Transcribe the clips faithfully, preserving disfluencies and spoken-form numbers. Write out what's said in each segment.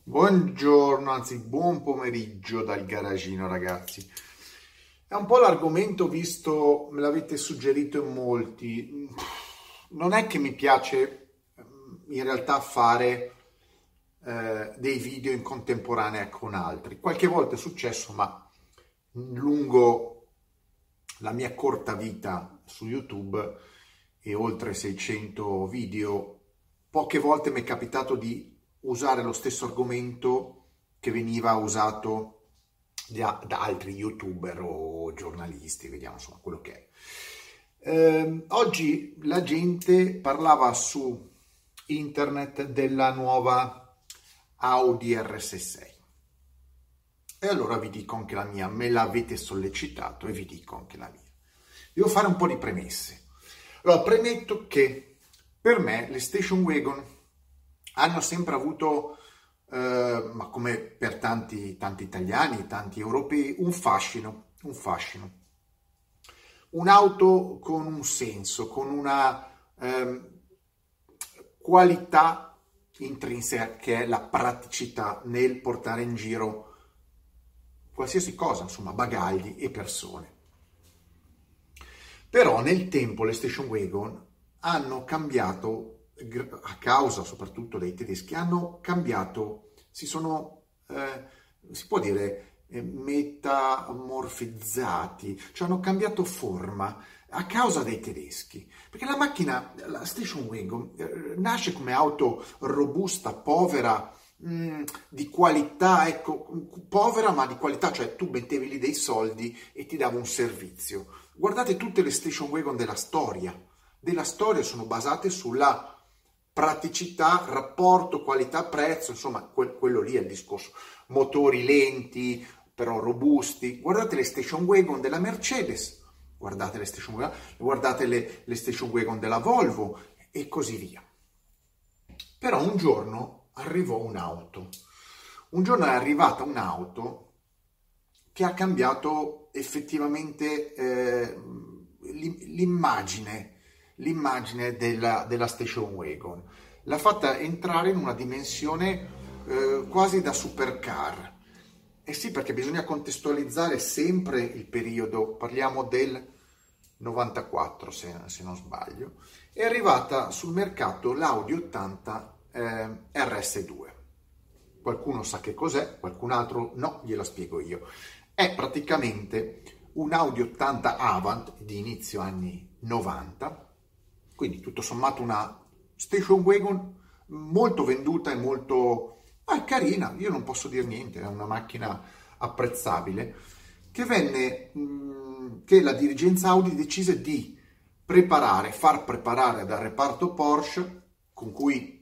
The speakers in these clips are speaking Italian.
Buongiorno, anzi buon pomeriggio dal garagino ragazzi. È un po' l'argomento visto, me l'avete suggerito in molti. Non è che mi piace in realtà fare eh, dei video in contemporanea con altri. Qualche volta è successo, ma lungo la mia corta vita su YouTube e oltre seicento video, poche volte mi è capitato di usare lo stesso argomento che veniva usato da, da altri youtuber o giornalisti, vediamo insomma quello che è. Eh, oggi la gente parlava su internet della nuova Audi R S sei e allora vi dico anche la mia, me l'avete sollecitato e vi dico anche la mia. Devo fare un po' di premesse. Allora, premetto che per me le station wagon hanno sempre avuto, eh, ma come per tanti, tanti italiani, tanti europei, un fascino, un fascino. Un'auto con un senso, con una eh, qualità intrinseca che è la praticità nel portare in giro qualsiasi cosa, insomma, bagagli e persone. Però nel tempo le station wagon hanno cambiato, a causa soprattutto dei tedeschi, hanno cambiato, si sono, eh, si può dire, eh, metamorfizzati, cioè hanno cambiato forma a causa dei tedeschi. Perché la macchina, la station wagon, eh, nasce come auto robusta, povera, mh, di qualità, ecco, povera ma di qualità, cioè tu mettevi lì dei soldi e ti dava un servizio. Guardate tutte le station wagon della storia, della storia sono basate sulla praticità, rapporto, qualità, prezzo, insomma, que- quello lì è il discorso. Motori lenti, però robusti. Guardate le station wagon della Mercedes, guardate le station wagon, guardate le, le station wagon della Volvo e così via. Però un giorno arrivò un'auto. Un giorno è arrivata un'auto che ha cambiato effettivamente eh, l'immagine l'immagine della, della station wagon, l'ha fatta entrare in una dimensione eh, quasi da supercar. E sì, perché bisogna contestualizzare sempre il periodo, parliamo del novantaquattro se, se non sbaglio, è arrivata sul mercato l'Audi ottanta eh, R S due. Qualcuno sa che cos'è, qualcun altro no, gliela spiego io. È praticamente un Audi ottanta Avant di inizio anni novanta, quindi tutto sommato una station wagon molto venduta e molto ah, carina, io non posso dire niente, è una macchina apprezzabile, che venne, mh, che la dirigenza Audi decise di preparare, far preparare dal reparto Porsche, con cui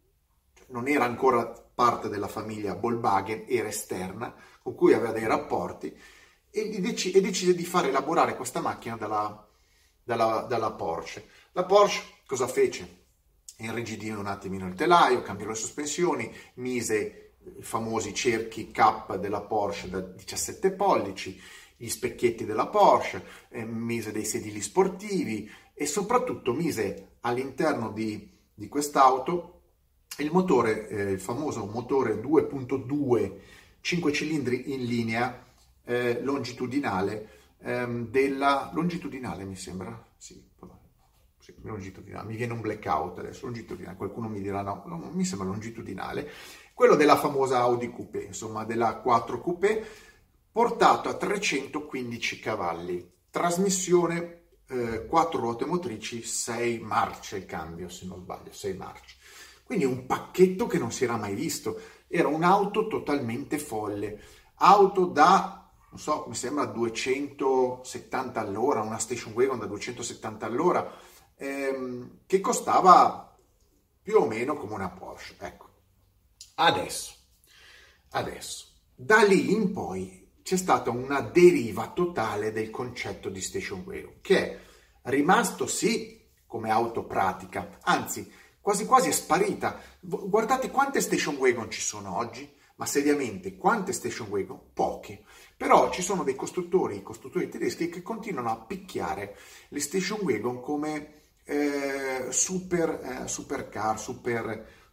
non era ancora parte della famiglia Volkswagen, era esterna, con cui aveva dei rapporti, e, dec- e decise di far elaborare questa macchina dalla, dalla, dalla Porsche. La Porsche cosa fece? Irrigidì un attimino il telaio, cambiò le sospensioni, mise i famosi cerchi K della Porsche da diciassette pollici, gli specchietti della Porsche, eh, mise dei sedili sportivi e soprattutto mise all'interno di, di quest'auto il motore, eh, il famoso motore due punto due, cinque cilindri in linea, eh, longitudinale, ehm, della longitudinale mi sembra, sì, sì, longitudinale, mi viene un blackout adesso, longitudinale, qualcuno mi dirà no, no, mi sembra longitudinale, quello della famosa Audi Coupé, insomma della quattro Coupé, portato a trecentoquindici cavalli, trasmissione, eh, quattro ruote motrici, sei marce il cambio, se non sbaglio, sei marce. Quindi un pacchetto che non si era mai visto, era un'auto totalmente folle, auto da, non so, mi sembra duecentosettanta all'ora, una station wagon da duecentosettanta all'ora, ehm, che costava più o meno come una Porsche. Ecco, adesso, adesso, da lì in poi c'è stata una deriva totale del concetto di station wagon, che è rimasto sì come auto pratica, anzi quasi quasi è sparita. Guardate quante station wagon ci sono oggi, ma seriamente quante station wagon? Poche. Però ci sono dei costruttori, costruttori tedeschi che continuano a picchiare le station wagon come eh, super, eh, supercar, super,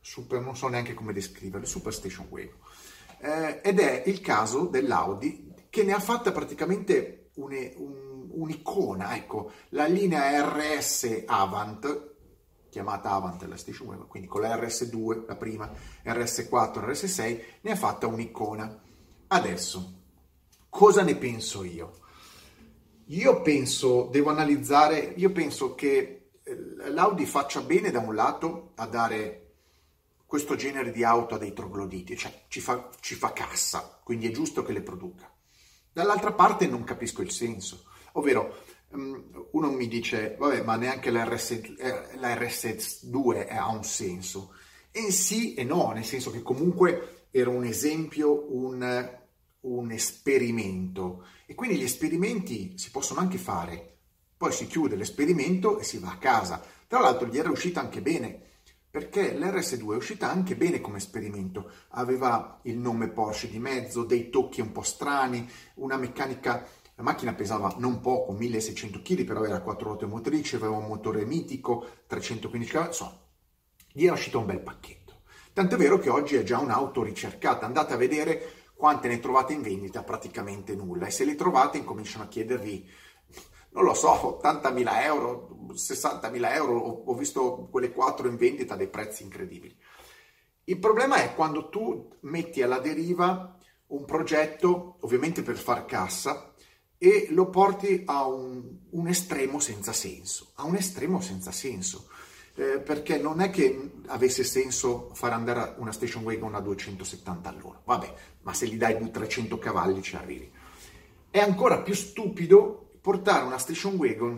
super, non so neanche come descriverle, super station wagon. Eh, ed è il caso dell'Audi, che ne ha fatta praticamente une, un, un'icona, ecco, la linea R S Avant, chiamata Avant la station wagon, quindi con la R S due, la prima, R S quattro, R S sei, ne ha fatta un'icona. Adesso, cosa ne penso io? Io penso, devo analizzare, io penso che l'Audi faccia bene da un lato a dare questo genere di auto a dei trogloditi, cioè ci fa, ci fa cassa, quindi è giusto che le produca. Dall'altra parte non capisco il senso, ovvero uno mi dice, vabbè, ma neanche la R S, la R S due ha un senso. E sì e no, nel senso che comunque era un esempio, un, un esperimento, e quindi gli esperimenti si possono anche fare, poi si chiude l'esperimento e si va a casa. Tra l'altro gli era uscita anche bene, perché l'R S due è uscita anche bene come esperimento, aveva il nome Porsche di mezzo, dei tocchi un po' strani, una meccanica, la macchina pesava non poco, milleseicento chili, però era quattro ruote motrici, aveva un motore mitico, trecentoquindici cavalli, insomma, gli era uscito un bel pacchetto. Tant'è vero che oggi è già un'auto ricercata, andate a vedere quante ne trovate in vendita, praticamente nulla, e se le trovate incominciano a chiedervi, non lo so, ottantamila euro, sessantamila euro, ho visto quelle quattro in vendita a dei prezzi incredibili. Il problema è quando tu metti alla deriva un progetto, ovviamente per far cassa, e lo porti a un, un estremo senza senso, a un estremo senza senso, eh, perché non è che avesse senso far andare una station wagon a duecentosettanta all'ora, vabbè, ma se gli dai trecento cavalli ci arrivi. È ancora più stupido portare una station wagon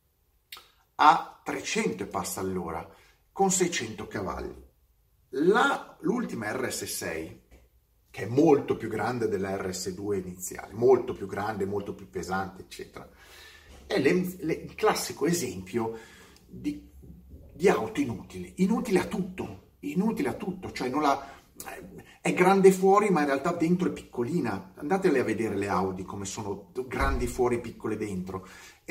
a trecento e passa all'ora con seicento cavalli. La, l'ultima R S sei, che è molto più grande della R S due iniziale, molto più grande, molto più pesante, eccetera, è le, le, il classico esempio di, di auto inutile, inutile a tutto, inutile a tutto, cioè non la... è grande fuori ma in realtà dentro è piccolina. Andatele a vedere le Audi come sono grandi fuori, piccole dentro.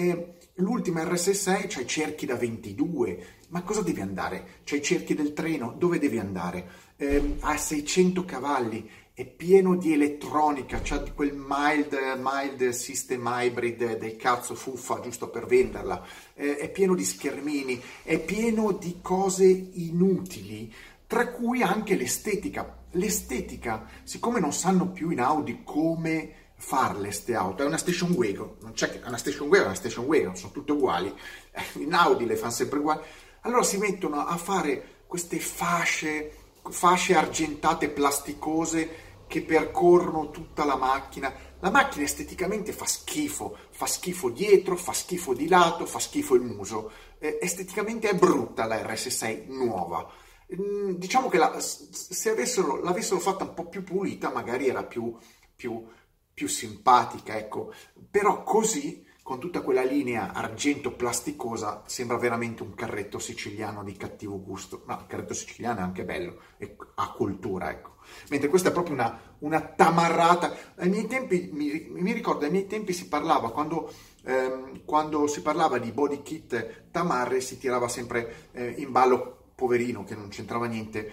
E l'ultima R S sei c'ha i cerchi da ventidue, ma cosa devi andare? C'hai i cerchi del treno, dove devi andare? Eh, ha seicento cavalli, è pieno di elettronica, c'ha quel mild, mild system hybrid del cazzo fuffa giusto per venderla, eh, è pieno di schermini, è pieno di cose inutili, tra cui anche l'estetica. L'estetica, siccome non sanno più in Audi come farle ste auto, è una station wagon, non c'è che una station wagon, è una station wagon, sono tutte uguali, in Audi le fanno sempre uguali, allora si mettono a fare queste fasce, fasce argentate plasticose che percorrono tutta la macchina. La macchina esteticamente fa schifo, fa schifo dietro, fa schifo di lato, fa schifo il muso, eh, esteticamente è brutta la R S sei nuova. Diciamo che la, se avessero, l'avessero fatta un po' più pulita magari era più, più, più simpatica, ecco, però così con tutta quella linea argento plasticosa sembra veramente un carretto siciliano di cattivo gusto. No, il carretto siciliano è anche bello, ha cultura, ecco, mentre questa è proprio una, una tamarrata. Ai miei tempi, mi, mi ricordo, ai miei tempi si parlava, quando, ehm, quando si parlava di body kit tamarre, si tirava sempre eh, in ballo poverino che non c'entrava niente,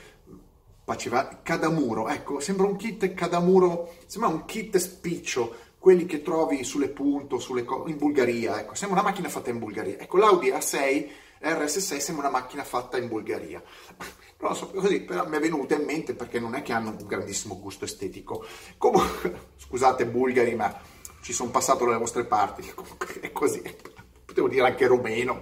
faceva Cadamuro, ecco, sembra un kit Cadamuro, sembra un kit spiccio, quelli che trovi sulle Punto, sulle co- in Bulgaria, ecco, sembra una macchina fatta in Bulgaria. Ecco, l'Audi A sei, R S sei sembra una macchina fatta in Bulgaria. Non lo so, così, però mi è venuta in mente perché non è che hanno un grandissimo gusto estetico. Comunque, scusate bulgari, ma ci sono passato dalle vostre parti, comunque è così, potevo dire anche romeno,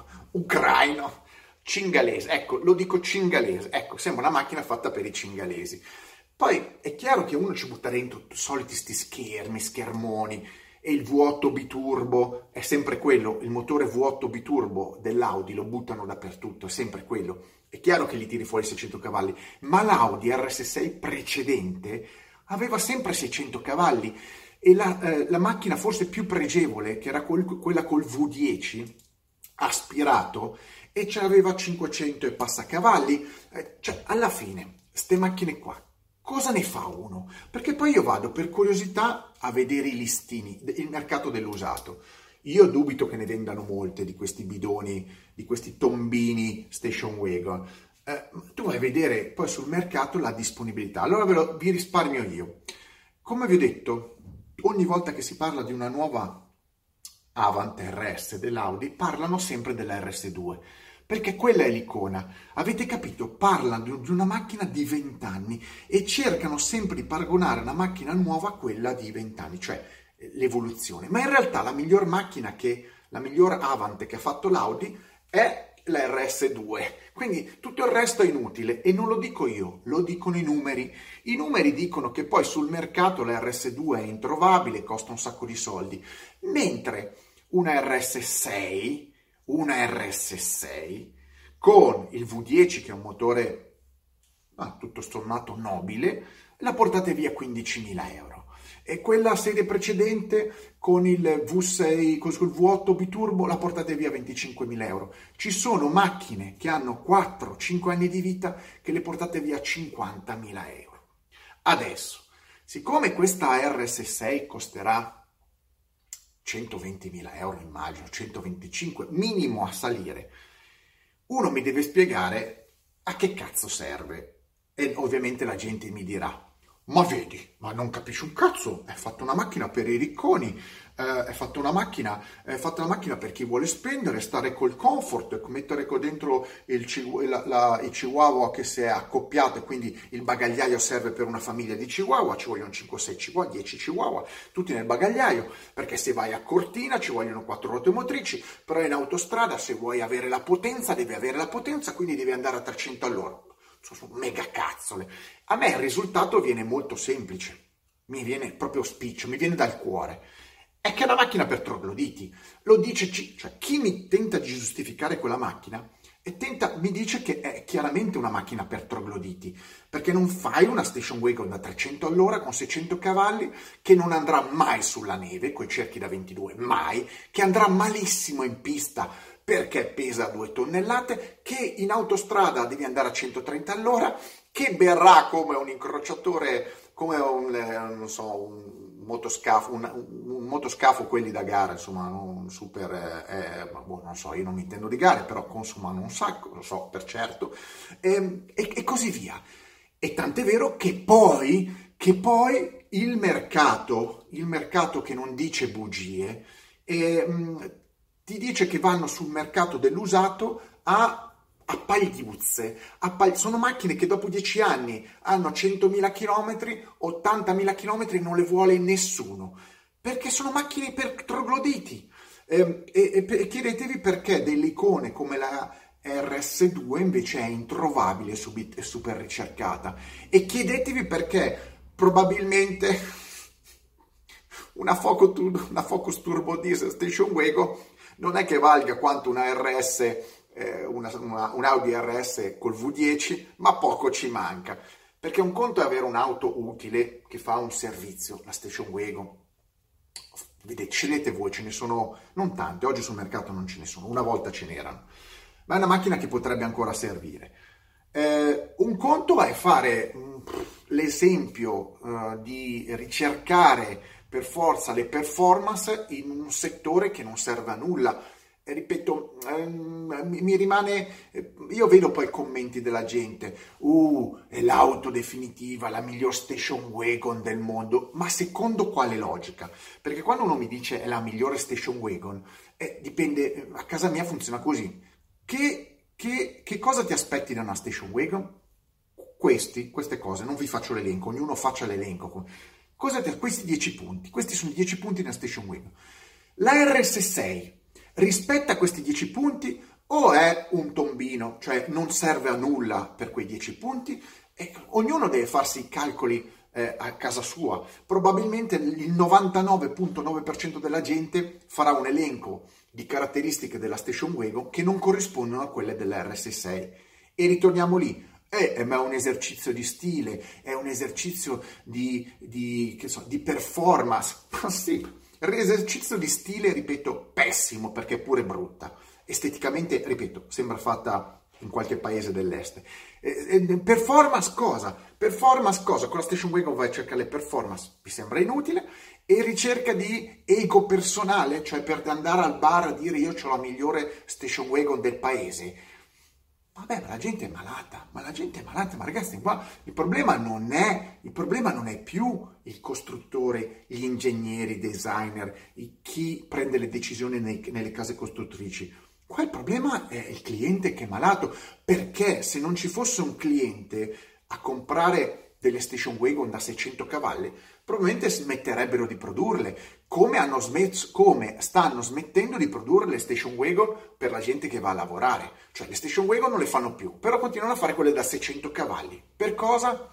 ucraino, cingalese, ecco, lo dico cingalese, ecco, sembra una macchina fatta per i cingalesi. Poi è chiaro che uno ci butta dentro soliti sti schermi, schermoni, e il V otto biturbo è sempre quello, il motore V otto biturbo dell'Audi lo buttano dappertutto, è sempre quello. È chiaro che gli tiri fuori seicento cavalli, ma l'Audi R S sei precedente aveva sempre seicento cavalli e la, eh, la macchina forse più pregevole, che era quel, quella col V dieci aspirato, e c'aveva cinquecento e passa cavalli, eh, cioè alla fine, ste macchine qua, cosa ne fa uno? Perché poi io vado per curiosità a vedere i listini, il mercato dell'usato. Io dubito che ne vendano molte di questi bidoni, di questi tombini station wagon. eh, tu vai a vedere poi sul mercato la disponibilità. Allora ve lo, vi risparmio io. Come vi ho detto, ogni volta che si parla di una nuova Avant R S dell'Audi, parlano sempre della R S due, perché quella è l'icona. Avete capito? Parlano di una macchina di venti anni e cercano sempre di paragonare una macchina nuova a quella di venti anni, cioè l'evoluzione. Ma in realtà la miglior macchina che, la miglior Avant che ha fatto l'Audi è la R S due, quindi tutto il resto è inutile e non lo dico io, lo dicono i numeri. I numeri dicono che poi sul mercato la R S due è introvabile, costa un sacco di soldi, mentre una R S sei, una R S sei con il V dieci che è un motore ah, tutto sommato nobile, la portate via quindicimila euro. E quella serie precedente con il V sei, con il V otto biturbo la portate via venticinquemila euro. Ci sono macchine che hanno quattro cinque anni di vita che le portate via cinquantamila euro. Adesso, siccome questa R S sei costerà centoventimila euro, immagino, centoventicinque, minimo a salire, uno mi deve spiegare a che cazzo serve. E ovviamente la gente mi dirà: ma vedi, ma non capisci un cazzo, è fatta una macchina per i ricconi, eh, è fatta una macchina, è fatta una macchina per chi vuole spendere, stare col comfort, mettere dentro il, la, la, il chihuahua che si è accoppiato e quindi il bagagliaio serve per una famiglia di chihuahua, ci vogliono cinque sei chihuahua, dieci chihuahua, tutti nel bagagliaio, perché se vai a Cortina ci vogliono quattro ruote motrici, però in autostrada se vuoi avere la potenza devi avere la potenza, quindi devi andare a trecento all'ora. Sono mega cazzole. A me il risultato viene molto semplice, mi viene proprio spiccio, mi viene dal cuore. È che è una macchina per trogloditi. Lo dice, cioè chi mi tenta di giustificare quella macchina e tenta, mi dice che è chiaramente una macchina per trogloditi, perché non fai una station wagon da trecento all'ora con seicento cavalli che non andrà mai sulla neve, coi cerchi da ventidue, mai, che andrà malissimo in pista perché pesa due tonnellate, che in autostrada devi andare a centotrenta all'ora, che berrà come un incrociatore, come un, non so, un motoscafo, un, un motoscafo quelli da gara, insomma, un super, eh, boh, non so, io non mi intendo di gare, però consumano un sacco, lo so per certo, e, e, e così via. E tant'è vero che poi, che poi il mercato, il mercato che non dice bugie, eh, ti dice che vanno sul mercato dell'usato a, a pagliuzze. A pagli... Sono macchine che dopo dieci anni hanno centomila chilometri, ottantamila chilometri, non le vuole nessuno. Perché sono macchine per trogloditi. Eh, e, e chiedetevi perché delle icone come la R S due invece è introvabile e super ricercata. E chiedetevi perché probabilmente una Focus, una Focus Turbo Diesel Station Wagon non è che valga quanto una R S, eh, una, una, un Audi R S col V dieci, ma poco ci manca. Perché un conto è avere un'auto utile che fa un servizio, la station wagon. Vedete, scegliete voi, ce ne sono non tante, oggi sul mercato non ce ne sono, una volta ce n'erano. Ma è una macchina che potrebbe ancora servire. Eh, un conto è fare mh, l'esempio uh, di ricercare per forza le performance in un settore che non serve a nulla. E ripeto, ehm, mi rimane, io vedo poi i commenti della gente, uh, è l'auto definitiva, la miglior station wagon del mondo, ma secondo quale logica? Perché quando uno mi dice è la migliore station wagon, eh, dipende, a casa mia funziona così, che, che, che cosa ti aspetti da una station wagon? Questi, queste cose, non vi faccio l'elenco, ognuno faccia l'elenco. Cosa ti, questi dieci punti, questi sono i dieci punti di una station wagon. La R S sei rispetto a questi dieci punti o è un tombino, cioè non serve a nulla per quei dieci punti, e ognuno deve farsi i calcoli eh, a casa sua. Probabilmente il novantanove virgola nove per cento della gente farà un elenco di caratteristiche della station wagon che non corrispondono a quelle della R S sei. E ritorniamo lì. Eh, ma è un esercizio di stile, è un esercizio di, di, che so, di performance. Sì, l'esercizio di stile, ripeto, pessimo perché è pure brutta. Esteticamente, ripeto, sembra fatta in qualche paese dell'est. Eh, eh, performance cosa? Performance cosa? Con la station wagon vai a cercare le performance, mi sembra inutile. E ricerca di ego personale, cioè per andare al bar a dire io ho la migliore station wagon del paese. Vabbè, ma la gente è malata, ma la gente è malata, ma ragazzi, qua il problema non è, il problema non è più il costruttore, gli ingegneri, i designer, i- chi prende le decisioni nei- nelle case costruttrici. Qua il problema è il cliente che è malato, perché se non ci fosse un cliente a comprare delle station wagon da seicento cavalli, probabilmente smetterebbero di produrle, come, hanno smesso, come stanno smettendo di produrre le station wagon per la gente che va a lavorare. Cioè le station wagon non le fanno più, però continuano a fare quelle da seicento cavalli. Per cosa?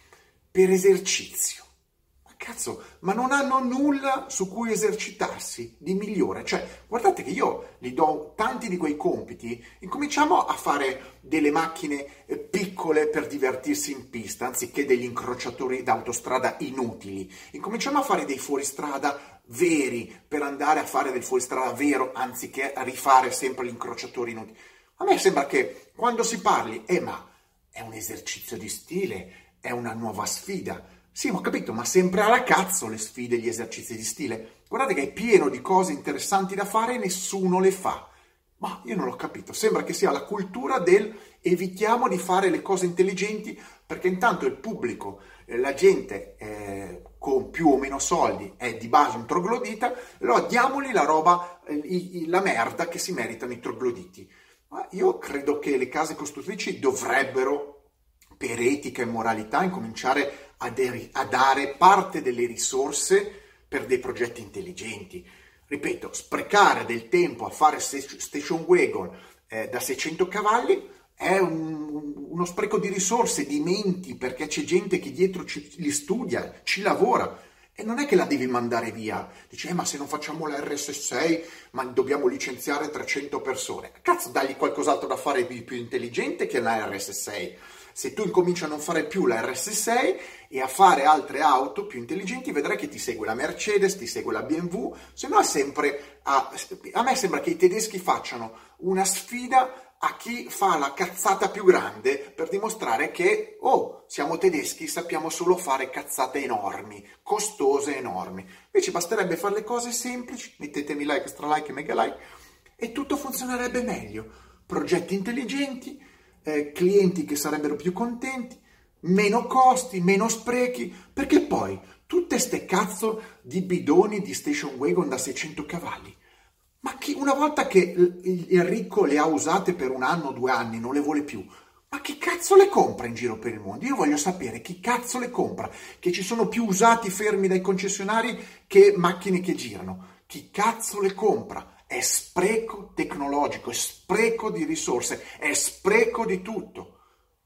Per esercizio. Ma cazzo, ma non hanno nulla su cui esercitarsi di migliore. Cioè, guardate che io gli do tanti di quei compiti, incominciamo a fare delle macchine eh, piccole per divertirsi in pista, anziché degli incrociatori d'autostrada inutili. Incominciamo a fare dei fuoristrada veri per andare a fare del fuoristrada vero, anziché rifare sempre gli incrociatori inutili. A me sembra che quando si parli, eh ma è un esercizio di stile, è una nuova sfida. Sì, ho capito, ma sempre alla cazzo le sfide, gli esercizi di stile. Guardate che è pieno di cose interessanti da fare e nessuno le fa. Ma io non l'ho capito, sembra che sia la cultura del evitiamo di fare le cose intelligenti perché intanto il pubblico, eh, la gente eh, con più o meno soldi è di base un troglodita, allora diamogli la roba, eh, i- i- la merda che si meritano i trogloditi. Ma io credo che le case costruttrici dovrebbero, per etica e moralità, incominciare a, de- a dare parte delle risorse per dei progetti intelligenti. Ripeto, sprecare del tempo a fare station wagon eh, da seicento cavalli è un- uno spreco di risorse, di menti, perché c'è gente che dietro ci, li studia, ci lavora. E non è che la devi mandare via. Dici, eh, ma se non facciamo la R S sei, ma dobbiamo licenziare trecento persone. Cazzo, dagli qualcos'altro da fare di più intelligente che la R S sei. Se tu incominci a non fare più la R S sei e a fare altre auto più intelligenti, vedrai che ti segue la Mercedes, ti segue la B M W, se no è sempre... A, a me sembra che i tedeschi facciano una sfida a chi fa la cazzata più grande per dimostrare che, oh, siamo tedeschi, sappiamo solo fare cazzate enormi, costose enormi. Invece basterebbe fare le cose semplici, mettetemi like, extra like e mega like, e tutto funzionerebbe meglio. Progetti intelligenti, eh, clienti che sarebbero più contenti, meno costi, meno sprechi, perché poi tutte ste cazzo di bidoni di station wagon da seicento cavalli. Ma chi, una volta che il, il ricco le ha usate per un anno o due anni, non le vuole più, ma chi cazzo le compra in giro per il mondo? Io voglio sapere chi cazzo le compra, che ci sono più usati fermi dai concessionari che macchine che girano. Chi cazzo le compra? È spreco tecnologico, è spreco di risorse, è spreco di tutto.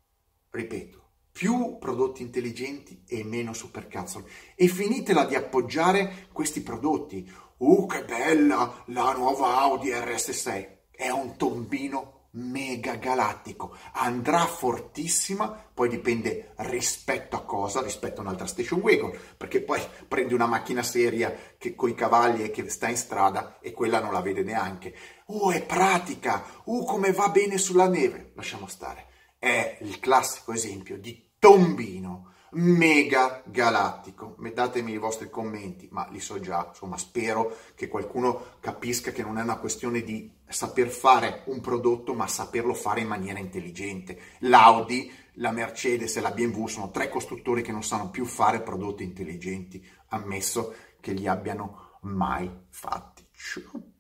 Ripeto, più prodotti intelligenti e meno supercazzoli. E finitela di appoggiare questi prodotti. Uh, che bella la nuova Audi R S sei! È un tombino mega galattico, andrà fortissima, poi dipende rispetto a cosa, rispetto a un'altra station wagon, perché poi prendi una macchina seria che coi cavalli e che sta in strada e quella non la vede neanche. Uh, è pratica! Uh, come va bene sulla neve! Lasciamo stare. È il classico esempio di tombino mega galattico. Datemi i vostri commenti, ma li so già, insomma spero che qualcuno capisca che non è una questione di saper fare un prodotto, ma saperlo fare in maniera intelligente. L'Audi, la Mercedes e la B M W sono tre costruttori che non sanno più fare prodotti intelligenti, ammesso che li abbiano mai fatti.